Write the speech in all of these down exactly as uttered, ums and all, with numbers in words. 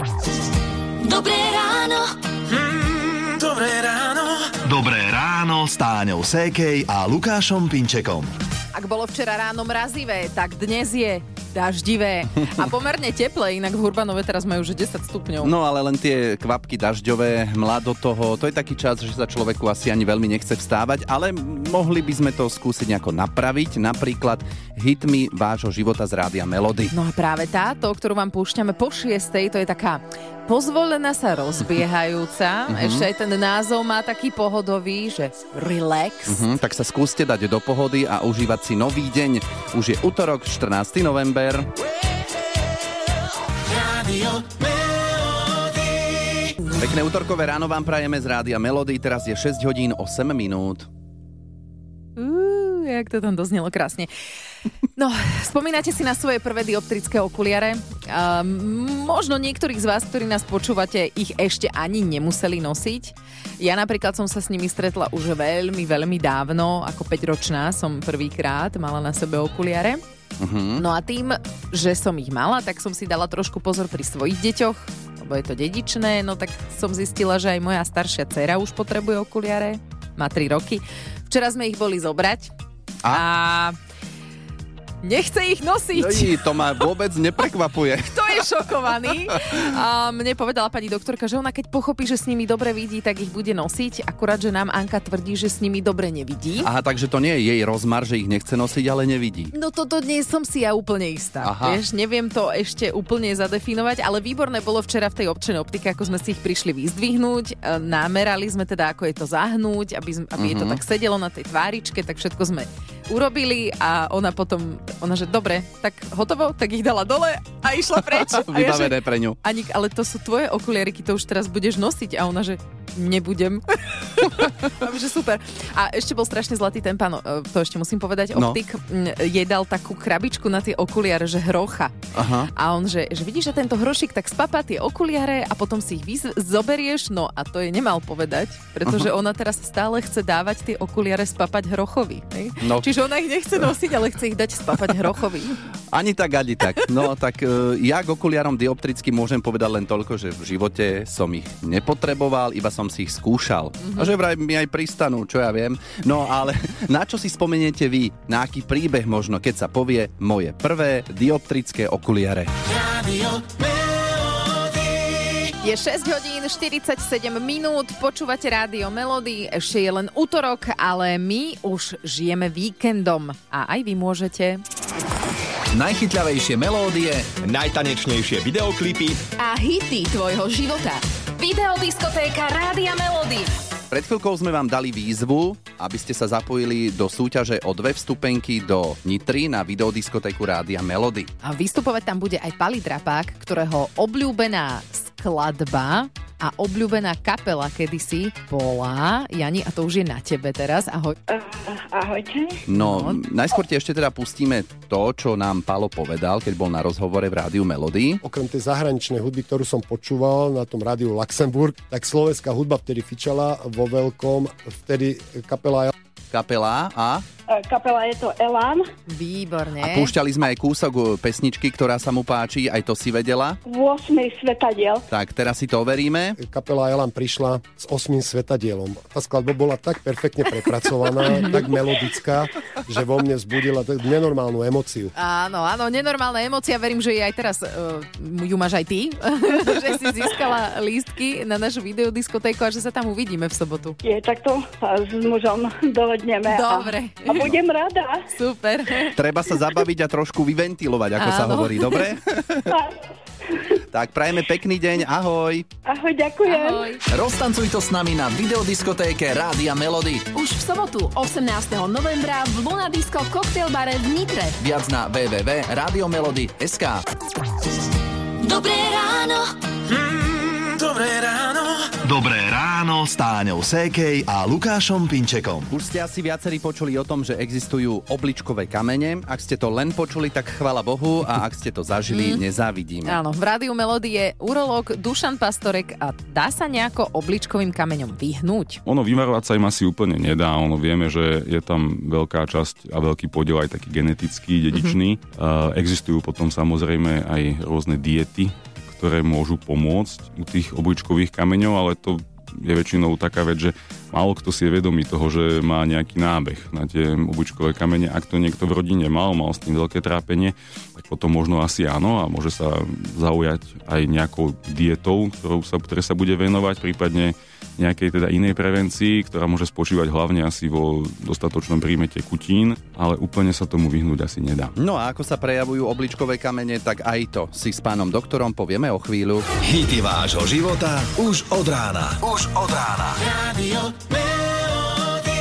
Dobré ráno. Mm, dobré ráno. Dobré ráno s Táňou Sékej a Lukášom Pinčekom. Ak bolo včera ráno mrazivé, tak dnes je daždivé a pomerne teplé, inak v Hurbanove teraz majú už desať stupňov. No ale len tie kvapky dažďové, mlad do toho, to je taký čas, že sa človeku asi ani veľmi nechce vstávať, ale mohli by sme to skúsiť nejako napraviť, napríklad hitmi vášho života z Rádia Melody. No a práve táto, ktorú vám púšťame po šiestej, to je taká pozvolená sa rozbiehajúca. Uh-huh. Ešte aj ten názov má taký pohodový, že relax. Uh-huh, tak sa skúste dať do pohody a užívať si nový deň. Už je utorok, štrnásteho november. Pekné útorkové ráno vám prajeme z Rádia Melody. Teraz je šesť hodín osem minút. Uuu, jak to tam doznelo krásne. No, spomínate si na svoje prvé dioptrické okuliare? Um, možno niektorých z vás, ktorí nás počúvate, ich ešte ani nemuseli nosiť. Ja napríklad som sa s nimi stretla už veľmi, veľmi dávno, ako päťročná som prvýkrát mala na sebe okuliare. Uh-huh. No a tým, že som ich mala, tak som si dala trošku pozor pri svojich deťoch, lebo je to dedičné, no tak som zistila, že aj moja staršia dcéra už potrebuje okuliare, má tri roky. Včera sme ich boli zobrať a... a... nechce ich nosiť. Ej, to ma vôbec neprekvapuje. Kto je šokovaný? A mne povedala pani doktorka, že ona keď pochopí, že s nimi dobre vidí, tak ich bude nosiť. Akurát, že nám Anka tvrdí, že s nimi dobre nevidí. Aha, takže to nie je jej rozmar, že ich nechce nosiť, ale nevidí. No toto nie som si ja úplne istá. Aha. Vieš, neviem to ešte úplne zadefinovať, ale výborné bolo včera v tej občnej optike, ako sme si ich prišli vyzdvihnúť. Namerali sme teda, ako je to zahnúť, aby, aby uh-huh. je to tak sedelo na tej tváričke, tak všetko sme urobili a ona potom, ona že dobre, tak hotovo, tak ich dala dole a išla preč. Vybavené ja, pre ňu. Anik, ale to sú tvoje okuliariky, to už teraz budeš nosiť. A ona že nebudem. A že super. A ešte bol strašne zlatý ten pán, to ešte musím povedať, optik, no. jej dal takú krabičku na tie okuliare, že hrocha. Aha. A on že, že vidíš, že tento hrošik tak spapá tie okuliare a potom si ich vyz- zoberieš, no a to je nemal povedať, pretože Aha. ona teraz stále chce dávať tie okuliare spapať hrochovi. No. Čiže ona ich nechce nosiť, ale chce ich dať spapať hrochovi. Ani tak, ani tak. No tak uh, ja k okuliarom dioptrickým môžem povedať len toľko, že v živote som ich nepotreboval, iba som si ich skúšal. Mm-hmm. A že vraj mi aj pristanú, čo ja viem. No ale na čo si spomeniete vy? Na aký príbeh možno, keď sa povie moje prvé dioptrické okuliare? Je šesť hodín štyridsaťsedem minút, počúvate Rádio Melody, ešte je len utorok, ale my už žijeme víkendom a aj vy môžete. Najchytľavejšie melódie, najtanečnejšie videoklipy a hity tvojho života. Videodiskotéka Rádia Melody. Pred chvíľkou sme vám dali výzvu, aby ste sa zapojili do súťaže o dve vstupenky do Nitry na videodiskotéku Rádia Melody. A vystupovať tam bude aj Pali Drapák, ktorého obľúbená skladba a obľúbená kapela kedysi bola, Jani, a to už je na tebe teraz. Ahoj. Uh, ahojte. No, no, najskôr ti ešte teda pustíme to, čo nám Palo povedal, keď bol na rozhovore v Rádiu Melody. Okrem tej zahraničnej hudby, ktorú som počúval na tom rádiu Luxemburg, tak slovenská hudba vtedy fičala vo veľkom, vtedy kapela Kapela a... Kapela je to Elán. Výborne. A púšťali sme aj kúsok pesničky, ktorá sa mu páči, aj to si vedela? ôsmej svetadiel. Tak, teraz si to overíme. Kapela Elán prišla s osmým svetadielom. Tá skladba bola tak perfektne prepracovaná, tak melodická, že vo mne vzbudila nenormálnu emóciu. Áno, áno, nenormálna emócia. Verím, že aj teraz uh, ju máš aj ty, že si získala lístky na našu videodiskotéku a že sa tam uvidíme v sobotu. Je, takto s mužom dohodneme. Dobre. A, a budem rada. Super. Treba sa zabaviť a trošku vyventilovať, ako áno. sa hovorí, dobre? Tak prajeme pekný deň, ahoj. Ahoj, ďakujem. Ahoj. Roztancuj to s nami na videodiskotéke Rádia Melody. Už v sobotu osemnásteho novembra v Luna Disco Cocktail bare v Nitre. Viac na w w w bodka radio melody bodka es ká. Dobré ráno. Mm, dobré ráno. Dobré ráno s Táňou Sékej a Lukášom Pinčekom. Už ste asi viacerí počuli o tom, že existujú obličkové kamene. Ak ste to len počuli, tak chvala Bohu, a ak ste to zažili, mm. nezávidíme. Áno, v Rádiu Melody je urológ Dušan Pastorek a dá sa nejako obličkovým kameňom vyhnúť? Ono vyvarovať sa im asi úplne nedá. Ono vieme, že je tam veľká časť a veľký podiel aj taký genetický, dedičný. Mm-hmm. Uh, existujú potom samozrejme aj rôzne diety, ktoré môžu pomôcť u tých obličkových kameňov, ale to je väčšinou taká vec, že málo kto si je vedomý toho, že má nejaký nábeh na tie obličkové kamene. Ak to niekto v rodine mal, mal s tým veľké trápenie, tak potom možno asi áno a môže sa zaujať aj nejakou dietou, ktorou sa, ktoré sa bude venovať, prípadne nejakej teda inej prevencii, ktorá môže spočívať hlavne asi vo dostatočnom príjme tekutín, ale úplne sa tomu vyhnúť asi nedá. No a ako sa prejavujú obličkové kamene, tak aj to si s pánom doktorom povieme o chvíľu. Hity vášho života už od rána. Už od rána. Radio Melody.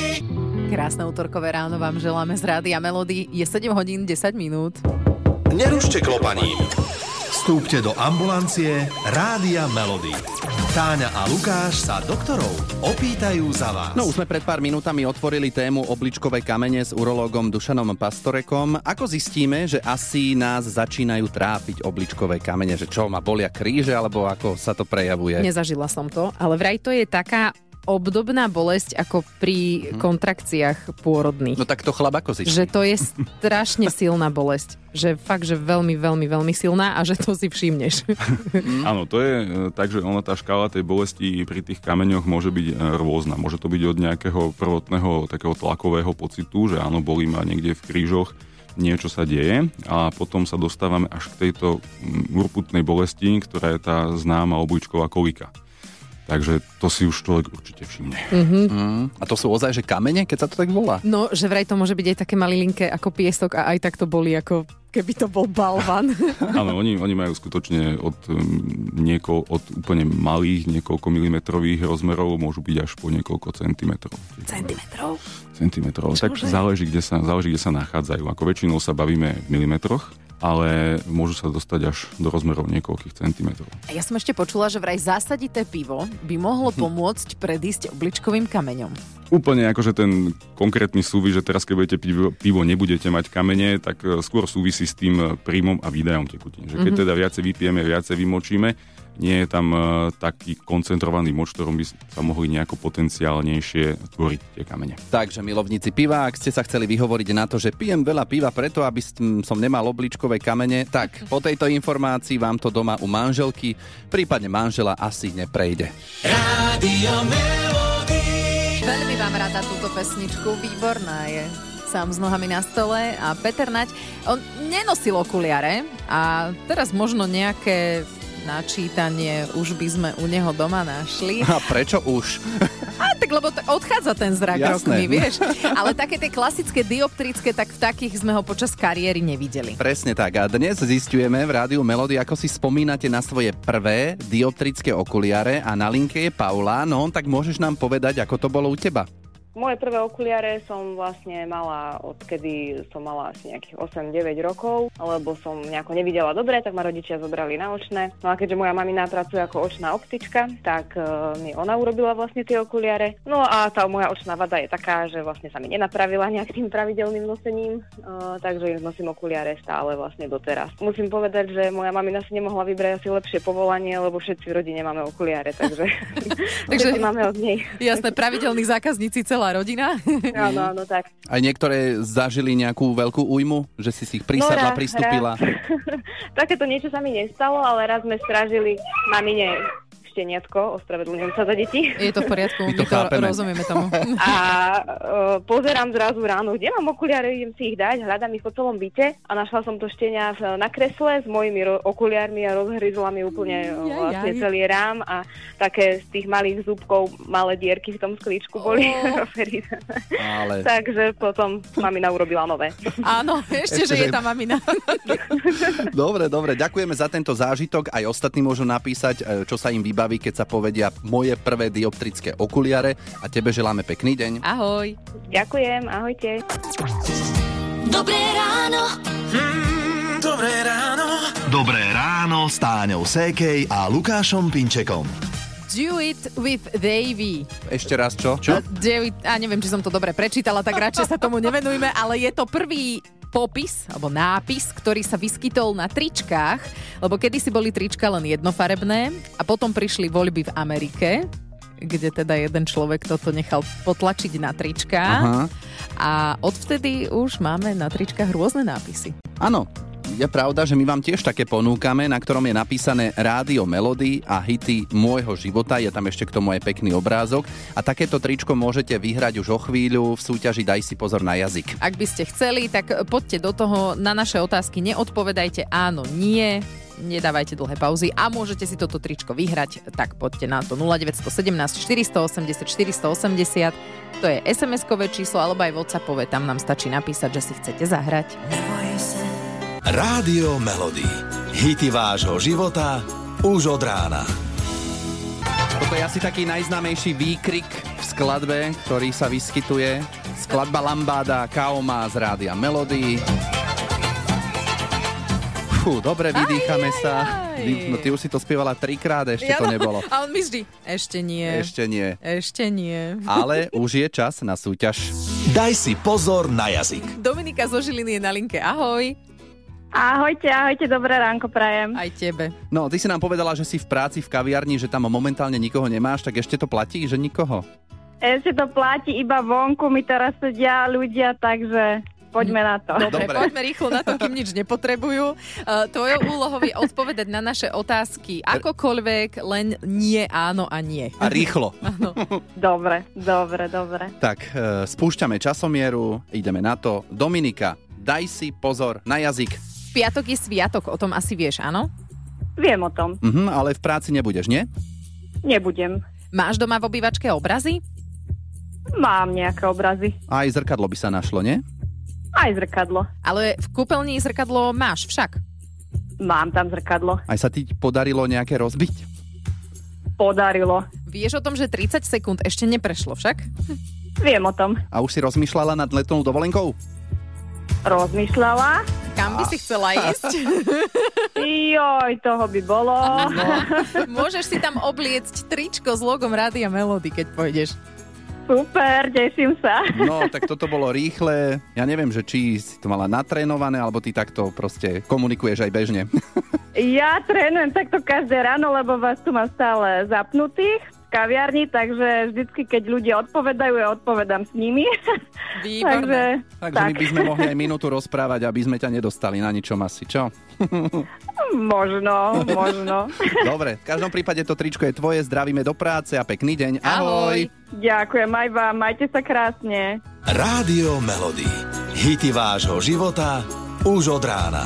Krásne útorkové ráno vám želáme z Rádia Melody. Je sedem hodín desať minút. Nerušte klopaním. Vstúpte do ambulancie Rádia Melody. Táňa a Lukáš sa doktorov opýtajú za vás. No už sme pred pár minútami otvorili tému obličkové kamene s urológom Dušanom Pastorekom. Ako zistíme, že asi nás začínajú trápiť obličkové kamene? Že čo, ma bolia kríže, alebo ako sa to prejavuje? Nezažila som to, ale vraj to je taká obdobná bolesť ako pri kontrakciách pôrodných. No tak to chlap ako zistí? Že to je strašne silná bolesť. Že fakt, že veľmi, veľmi, veľmi silná a že to si všimneš. Áno, to je tak, že ona tá škála tej bolesti pri tých kameňoch môže byť rôzna. Môže to byť od nejakého prvotného takého tlakového pocitu, že áno, bolí ma niekde v krížoch, niečo sa deje a potom sa dostávame až k tejto urputnej bolesti, ktorá je tá známa obličková kolika. Takže to si už človek určite všimne. Mm-hmm. Mm. A to sú ozaj, že kamene, keď sa to tak volá? No, že vraj to môže byť aj také malilinké ako piestok a aj tak to boli ako keby to bol balvan. Áno, oni, oni majú skutočne od, nieko, od úplne malých, niekoľko milimetrových rozmerov, môžu byť až po niekoľko centimetrov. Centimetrov? Centimetrov. Tak záleží kde, sa, záleží, kde sa nachádzajú. Ako väčšinou sa bavíme v milimetroch, ale môžu sa dostať až do rozmerov niekoľkých centimetrov. A ja som ešte počula, že vraj zásadité pivo by mohlo pomôcť predísť obličkovým kameňom. Úplne akože ten konkrétny súvis, že teraz keď budete pivo, pivo nebudete mať kamene, tak skôr súvisí s tým príjmom a výdajom tekutín. Že keď teda viacej vypijeme, viacej vymočíme, nie je tam uh, taký koncentrovaný moč, ktorom by sa mohli nejako potenciálnejšie tvoriť tie kamene. Takže milovníci piva, ak ste sa chceli vyhovoriť na to, že pijem veľa piva preto, aby som nemal obličkové kamene, tak po tejto informácii vám to doma u manželky, prípadne manžela asi neprejde. Radio Melody. Veľmi vám rada túto pesničku, výborná je. Sám s nohami na stole a Peter Nať, on nenosil okuliare a teraz možno nejaké načítanie už by sme u neho doma našli. A prečo už? A tak lebo t- odchádza ten zrak Jasné. rokmi, vieš. Ale také tie klasické dioptrické, tak v takých sme ho počas kariéry nevideli. Presne tak. A dnes zisťujeme v Rádiu Melody, ako si spomínate na svoje prvé dioptrické okuliare a na linke je Paula. No tak môžeš nám povedať, ako to bolo u teba? Moje prvé okuliare som vlastne mala, odkedy som mala asi nejakých osem deväť rokov, lebo som nejako nevidela dobre, tak ma rodičia zobrali na očné. No a keďže moja mamina pracuje ako očná optička, tak uh, mi ona urobila vlastne tie okuliare. No a tá moja očná vada je taká, že vlastne sa mi nenapravila nejakým pravidelným nosením, uh, takže nosím okuliare stále vlastne doteraz. Musím povedať, že moja mamina si nemohla vybrať asi lepšie povolanie, lebo všetci v rodine máme okuliare, takže všetci máme od nej. Jasné, pravidelní zákazníci, celá rodina. Áno, áno, tak. Aj niektoré zažili nejakú veľkú újmu, že si si ich prisadla, no, pristúpila? Takéto niečo sa mi nestalo, ale raz sme strážili mamine šteniatko, ospravedlňujem sa za deti. Je to v poriadku, my, my to, to rozumieme tomu. A uh, pozerám zrazu ráno, kde mám okuliare, idem si ich dať, hľadám ich po celom byte a našla som to štenia na kresle s mojimi ro- okuliármi a rozhryzla mi úplne uh, vlastne celý rám a také z tých malých zúbkov malé dierky v tom sklíčku boli rozhryzané. Ale... Takže potom mamina urobila nové. Áno, ešte, ešte že je tá mamina. Dobre, dobre, ďakujeme za tento zážitok, aj ostatní môžu napísať, čo sa im vybaví, keď sa povedia moje prvé dioptrické okuliare a tebe želáme pekný deň. Ahoj. Ďakujem, ahojte. Dobré ráno. Mm, dobré ráno. Dobré ráno s Táňou Sékej a Lukášom Pinčekom. Do it with Davy. Ešte raz čo? Čo? Do it, a neviem, či som to dobre prečítala, tak radšej sa tomu nevenujme, ale je to prvý popis, alebo nápis, ktorý sa vyskytol na tričkách, lebo kedysi boli trička len jednofarebné a potom prišli voľby v Amerike, kde teda jeden človek toto nechal potlačiť na tričkách. Aha. A odvtedy už máme na tričkách rôzne nápisy. Áno. Je pravda, že my vám tiež také ponúkame, na ktorom je napísané Rádio Melody a hity môjho života. Je tam ešte k tomu aj pekný obrázok. A takéto tričko môžete vyhrať už o chvíľu v súťaži Daj si pozor na jazyk. Ak by ste chceli, tak poďte do toho. Na naše otázky neodpovedajte áno, nie. Nedávajte dlhé pauzy a môžete si toto tričko vyhrať, tak poďte na to nula deväť jedna sedem štyri osem osem štyri osem osem. To je es em eskové číslo alebo aj WhatsAppové, tam nám stačí napísať, že si chcete zahrať. Rádio Melody. Hity vášho života už od rána. Toto je asi taký najznámejší výkrik v skladbe, ktorý sa vyskytuje. Skladba Lambáda Kaoma z Rádia Melody. Fú, dobre, vydýchame aj, sa. Aj. No, ty už si to spievala trikrát, ešte ja, to no, nebolo. A on mi vždy, ešte nie. Ešte nie. Ešte nie. Ale už je čas na súťaž. Daj si pozor na jazyk. Dominika zo Žiliny je na linke, ahoj. Ahojte, ahojte, dobré ránko prajem. Aj tebe. No, ty si nám povedala, že si v práci v kaviarni, že tam momentálne nikoho nemáš, tak ešte to platí, že nikoho? Ešte to platí, iba vonku mi teraz sedia ľudia, takže... Poďme na to. Dobre, Dobre, poďme rýchlo na to, kým nič nepotrebujú. Uh, tvojou úlohou je odpovedať na naše otázky akokoľvek, len nie, áno a nie. A rýchlo. Dobre, dobre, dobre. Tak, uh, spúšťame časomieru, ideme na to. Dominika, daj si pozor na jazyk. Piatok je sviatok, o tom asi vieš, áno? Viem o tom. Uh-huh, ale v práci nebudeš, nie? Nebudem. Máš doma v obývačke obrazy? Mám nejaké obrazy. Aj zrkadlo by sa našlo, nie? Aj zrkadlo. Ale v kúpeľni zrkadlo máš však? Mám tam zrkadlo. Aj sa ti podarilo nejaké rozbiť? Podarilo. Vieš o tom, že tridsať sekúnd ešte neprešlo však? Viem o tom. A už si rozmýšľala nad letnou dovolenkou? Rozmýšľala. Kam by si chcela ísť? Joj, toho by bolo. No. Môžeš si tam obliecť tričko s logom Rádia Melody, keď pôjdeš. Super, teším sa. No, tak toto bolo rýchle. Ja neviem, že či si to mala natrénované, alebo ty takto proste komunikuješ aj bežne. Ja trénujem takto každé ráno, lebo vás tu mám stále zapnutých v kaviarni, takže vždycky, keď ľudia odpovedajú, ja odpovedám s nimi. Výborné. Takže, takže tak. My by sme mohli aj minútu rozprávať, aby sme ťa nedostali na ničom asi, čo? Možno, možno. Dobre, v každom prípade to tričko je tvoje, zdravíme do práce a pekný deň. Ahoj. Ahoj. Ďakujem aj vám, majte sa krásne. Rádio Melody. Hity vášho života už od rána.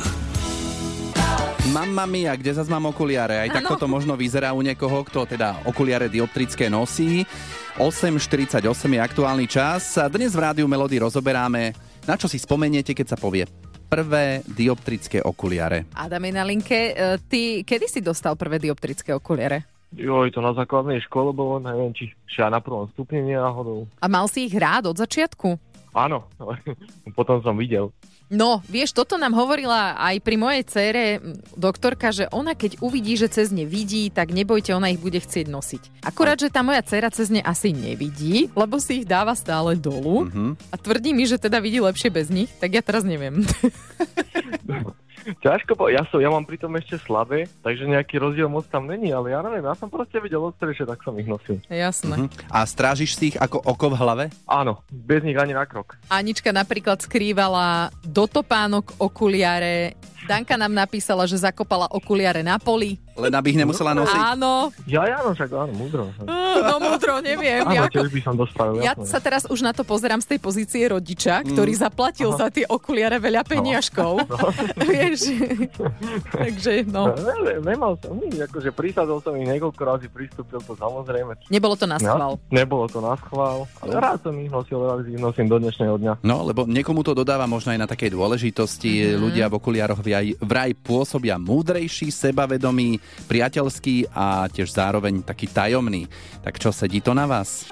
Mamma mia, kde zas mám okuliare? Aj takto to možno vyzerá u niekoho, kto teda okuliare dioptrické nosí. osem štyridsaťosem je aktuálny čas a dnes v Rádiu Melody rozoberáme, na čo si spomeniete, keď sa povie prvé dioptrické okuliare. Adam je na linke. Ty kedy si dostal prvé dioptrické okuliare? Joj, to na základnej škole bolo, neviem, či ja na prvom stupni náhodou. A mal si ich rád od začiatku? Áno, potom som videl. No, vieš, toto nám hovorila aj pri mojej dcére doktorka, že ona keď uvidí, že cez ne vidí, tak nebojte, ona ich bude chcieť nosiť. Akurát, že tá moja dcéra cez ne asi nevidí, lebo si ich dáva stále dolu uh-huh. a tvrdí mi, že teda vidí lepšie bez nich, tak ja teraz neviem. Ťažko, po... ja, som, ja mám pritom ešte slabé, takže nejaký rozdiel moc tam není, ale ja neviem, ja som proste videl odstrešie, tak som ich nosil. Jasné. Uh-huh. A strážiš si ich ako oko v hlave? Áno, bez nich ani na krok. Anička napríklad skrývala do topánok okuliare, Danka nám napísala, že zakopala okuliare na poli. Len aby ich nemusela nosiť? Áno. Ja, ja, no však áno, múdro. No múdro, neviem. Áno, ja, tiež by som dostal. Ja sa teraz už na to pozerám z tej pozície rodiča, ktorý mm. zaplatil Aha. za tie okuliare veľa peniažkov. No. Vieš? Takže, no. Ne, nemal som nič, akože prísadol som ich niekoľko razy, pristúpil to samozrejme. Nebolo to na schvál. Ja, nebolo to na schvál, ale no. rád som ich nosil, rád ich nosím do dnešného dňa. No, lebo niekomu to dodáva možno aj na takej dôležitosti. Mm. Ľudia v okuliároch aj vraj pôsobia múdrejší, sebavedomí, priateľský a tiež zároveň taký tajomný. Tak čo, sedí to na vás?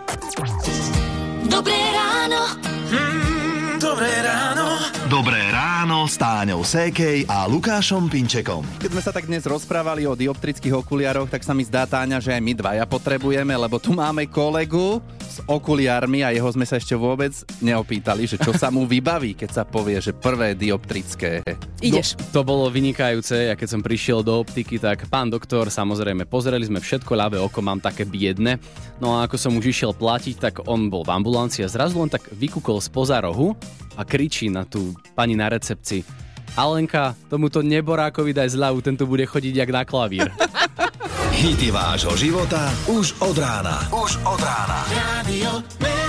Dobré ráno. Mm, dobré ráno. Dobré ráno s Táňou Sékej a Lukášom Pinčekom. Keď sme sa tak dnes rozprávali o dioptrických okuliároch, tak sa mi zdá, Táňa, že aj my dvaja potrebujeme, lebo tu máme kolegu s okuliármi a jeho sme sa ešte vôbec neopýtali, že čo sa mu vybaví, keď sa povie, že prvé dioptrické. Ideš. No, to bolo vynikajúce. Ja keď som prišiel do optiky, tak pán doktor, samozrejme, pozreli sme všetko, ľavé oko mám také biedne. No a ako som už išiel platiť, tak on bol v ambulancii a zrazu len tak vykúkol spoza rohu a kričí na tú pani na recepcii: Alenka, tomuto neborákovi daj zľavu, tento bude chodiť jak na klavír. Hity vášho života už od rána. Už od rána. Radio